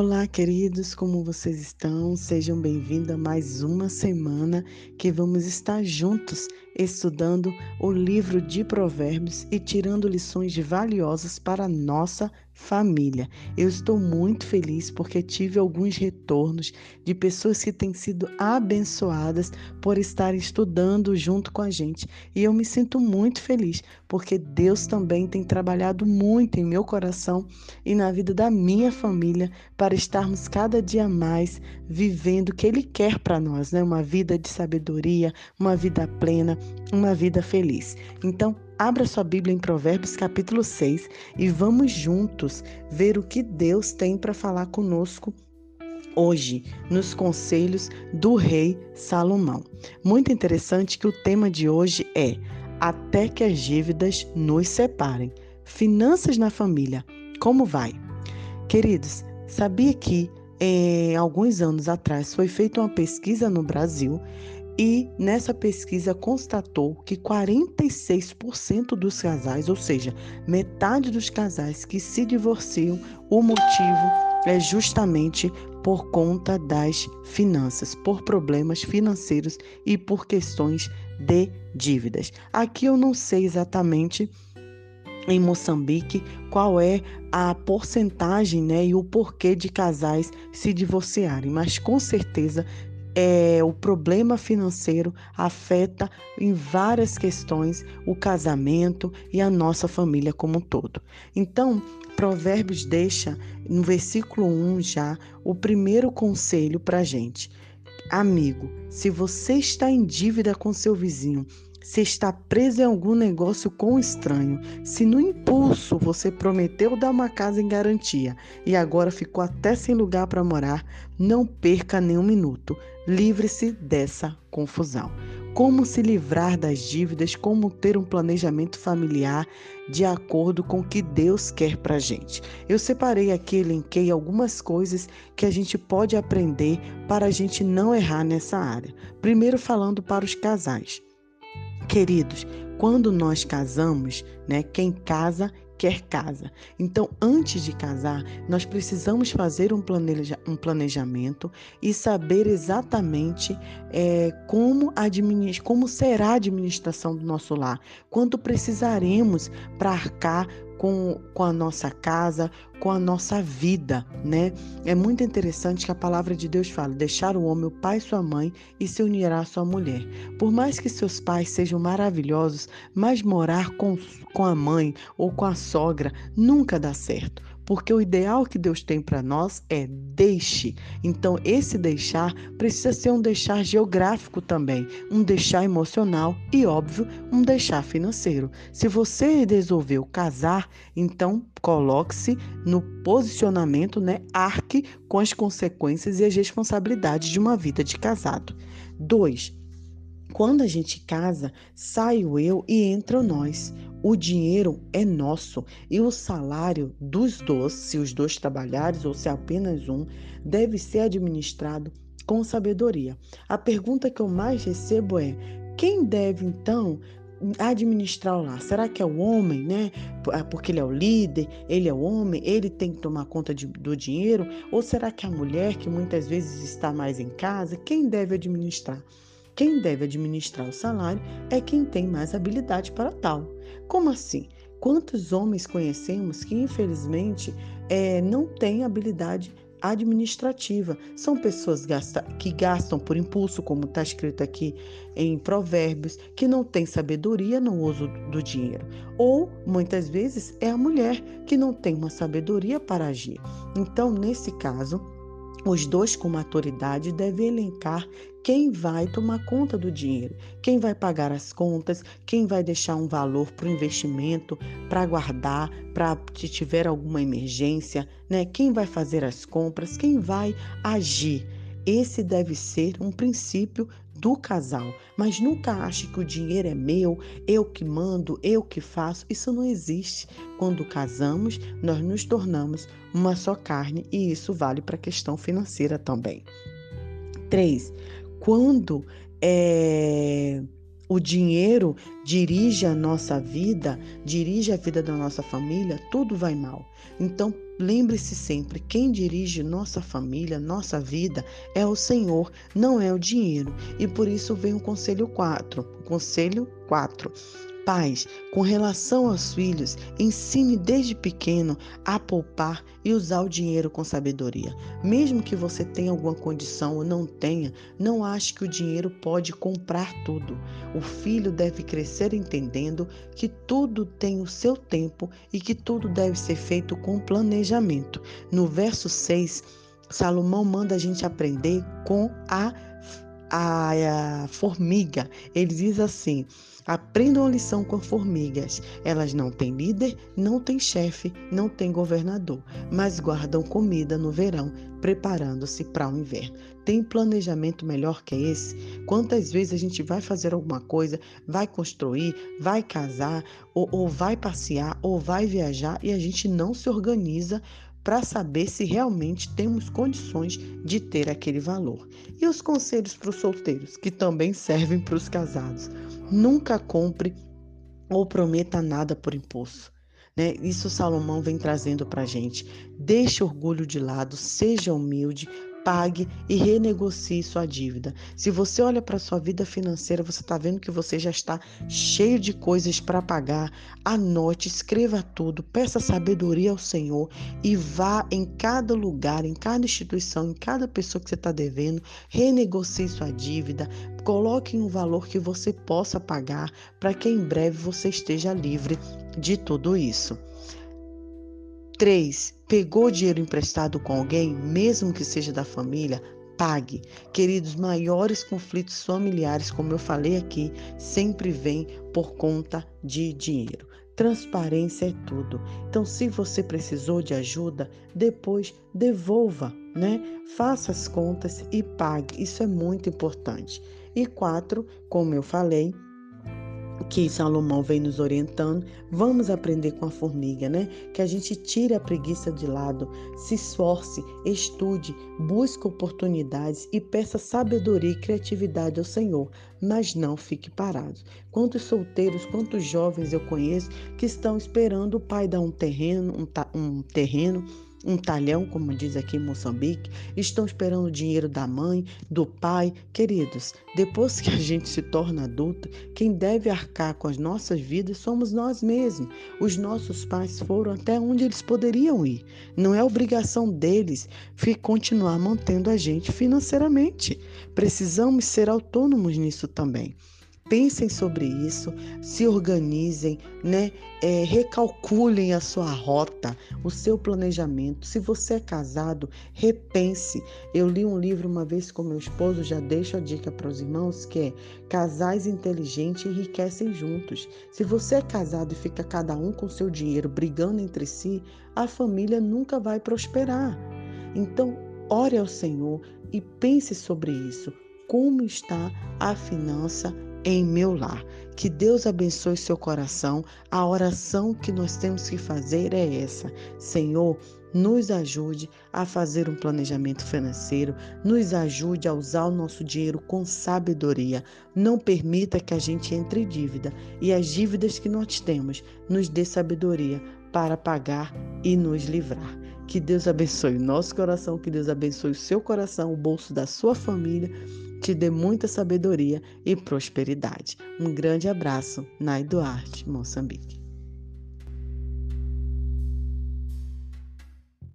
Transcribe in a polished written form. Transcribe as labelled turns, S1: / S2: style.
S1: Olá, queridos, como vocês estão? Sejam bem-vindos a mais uma semana que vamos estar juntos estudando o livro de Provérbios e tirando lições valiosas para a nossa família. Eu estou muito feliz porque tive alguns retornos de pessoas que têm sido abençoadas por estarem estudando junto com a gente. E eu me sinto muito feliz porque Deus também tem trabalhado muito em meu coração e na vida da minha família para estarmos cada dia mais vivendo o que Ele quer para nós, né? Uma vida de sabedoria, uma vida plena, uma vida feliz. Então, abra sua Bíblia em Provérbios capítulo 6 e vamos juntos ver o que Deus tem para falar conosco hoje, nos conselhos do rei Salomão. Muito interessante que o tema de hoje é Até que as dívidas nos separem. Finanças na família, como vai? Queridos, sabia que alguns anos atrás foi feita uma pesquisa no Brasil e nessa pesquisa constatou que 46% dos casais, ou seja, metade dos casais que se divorciam, o motivo é justamente por conta das finanças, por problemas financeiros e por questões de dívidas. Aqui eu não sei exatamente em Moçambique, qual é a porcentagem, né, e o porquê de casais se divorciarem, mas com certeza o problema financeiro afeta em várias questões o casamento e a nossa família como um todo. Então, Provérbios deixa no versículo 1 já o primeiro conselho para a gente. Amigo, se você está em dívida com seu vizinho, se está preso em algum negócio com um estranho, se no impulso você prometeu dar uma casa em garantia e agora ficou até sem lugar para morar, não perca nenhum minuto. Livre-se dessa confusão. Como se livrar das dívidas, como ter um planejamento familiar de acordo com o que Deus quer para a gente. Eu separei aqui, elenquei algumas coisas que a gente pode aprender para a gente não errar nessa área. Primeiro, falando para os casais. Queridos, quando nós casamos, né, quem casa quer casa. Então, antes de casar, nós precisamos fazer um planejamento e saber exatamente como será a administração do nosso lar, quanto precisaremos para arcar com a nossa casa, com a nossa vida, né? É muito interessante que a palavra de Deus fala, deixar o homem, o pai e sua mãe e se unirá à sua mulher. Por mais que seus pais sejam maravilhosos, mas morar com a mãe ou com a sogra nunca dá certo. Porque o ideal que Deus tem para nós é deixe. Então, esse deixar precisa ser um deixar geográfico também, um deixar emocional e, óbvio, um deixar financeiro. Se você resolveu casar, então coloque-se no posicionamento, né? Arque com as consequências e as responsabilidades de uma vida de casado. 2. Quando a gente casa, sai o eu e entra o nós. O dinheiro é nosso e o salário dos dois, se os dois trabalharem ou se apenas um, deve ser administrado com sabedoria. A pergunta que eu mais recebo é: quem deve então administrar o lar? Será que é o homem, né? Porque ele é o líder, ele é o homem, ele tem que tomar conta do dinheiro? Ou será que a mulher, que muitas vezes está mais em casa, quem deve administrar? Quem deve administrar o salário é quem tem mais habilidade para tal. Como assim? Quantos homens conhecemos que, infelizmente, não têm habilidade administrativa? São pessoas que gastam por impulso, como está escrito aqui em Provérbios, que não tem sabedoria no uso do dinheiro. Ou, muitas vezes, é a mulher que não tem uma sabedoria para agir. Então, nesse caso, os dois com maturidade devem elencar quem vai tomar conta do dinheiro, quem vai pagar as contas, quem vai deixar um valor para o investimento, para guardar, para se tiver alguma emergência, né? Quem vai fazer as compras, quem vai agir. Esse deve ser um princípio do casal, mas nunca ache que o dinheiro é meu, eu que mando, eu que faço. Isso não existe. Quando casamos, nós nos tornamos uma só carne e isso vale para a questão financeira também. 3. Quando o dinheiro dirige a nossa vida, dirige a vida da nossa família, tudo vai mal. Então, Lembre-se sempre, quem dirige nossa família, nossa vida, é o Senhor, não é o dinheiro. E por isso vem o conselho 4. Conselho 4. Pais, com relação aos filhos, ensine desde pequeno a poupar e usar o dinheiro com sabedoria. Mesmo que você tenha alguma condição ou não tenha, não ache que o dinheiro pode comprar tudo. O filho deve crescer entendendo que tudo tem o seu tempo e que tudo deve ser feito com planejamento. No verso 6, Salomão manda a gente aprender com a formiga. Ele diz assim: aprendam a lição com formigas. Elas não têm líder, não têm chefe, não têm governador, mas guardam comida no verão, preparando-se para o inverno. Tem planejamento melhor que esse? Quantas vezes a gente vai fazer alguma coisa, vai construir, vai casar, ou vai passear, ou vai viajar e a gente não se organiza para saber se realmente temos condições de ter aquele valor. E os conselhos para os solteiros, que também servem para os casados. Nunca compre ou prometa nada por impulso. Isso Salomão vem trazendo para a gente. Deixe o orgulho de lado, seja humilde, pague e renegocie sua dívida. Se você olha para a sua vida financeira, você está vendo que você já está cheio de coisas para pagar. Anote, escreva tudo, peça sabedoria ao Senhor e vá em cada lugar, em cada instituição, em cada pessoa que você está devendo, renegocie sua dívida, coloque um valor que você possa pagar para que em breve você esteja livre de tudo isso. 3. Pegou dinheiro emprestado com alguém, mesmo que seja da família? Pague. Queridos, maiores conflitos familiares, como eu falei aqui, sempre vêm por conta de dinheiro. Transparência é tudo. Então, se você precisou de ajuda, depois devolva, Faça as contas e pague. Isso é muito importante. E 4, como eu falei, que Salomão vem nos orientando, vamos aprender com a formiga, Que a gente tire a preguiça de lado, se esforce, estude, busque oportunidades e peça sabedoria e criatividade ao Senhor, mas não fique parado. Quantos solteiros, quantos jovens eu conheço que estão esperando o pai dar um terreno, um talhão, como diz aqui em Moçambique, estão esperando o dinheiro da mãe, do pai. Queridos, depois que a gente se torna adulto, quem deve arcar com as nossas vidas somos nós mesmos. Os nossos pais foram até onde eles poderiam ir. Não é obrigação deles continuar mantendo a gente financeiramente. Precisamos ser autônomos nisso também. Pensem sobre isso, se organizem, recalculem a sua rota, o seu planejamento. Se você é casado, repense. Eu li um livro uma vez com meu esposo, já deixo a dica para os irmãos, que é Casais Inteligentes Enriquecem Juntos. Se você é casado e fica cada um com seu dinheiro brigando entre si, a família nunca vai prosperar. Então, ore ao Senhor e pense sobre isso. Como está a finança em meu lar? Que Deus abençoe seu coração. A oração que nós temos que fazer é essa: Senhor, nos ajude a fazer um planejamento financeiro, nos ajude a usar o nosso dinheiro com sabedoria. Não permita que a gente entre em dívida e as dívidas que nós temos nos dê sabedoria para pagar e nos livrar. Que Deus abençoe o nosso coração, que Deus abençoe o seu coração, o bolso da sua família, te dê muita sabedoria e prosperidade. Um grande abraço, Nai Duarte, Moçambique.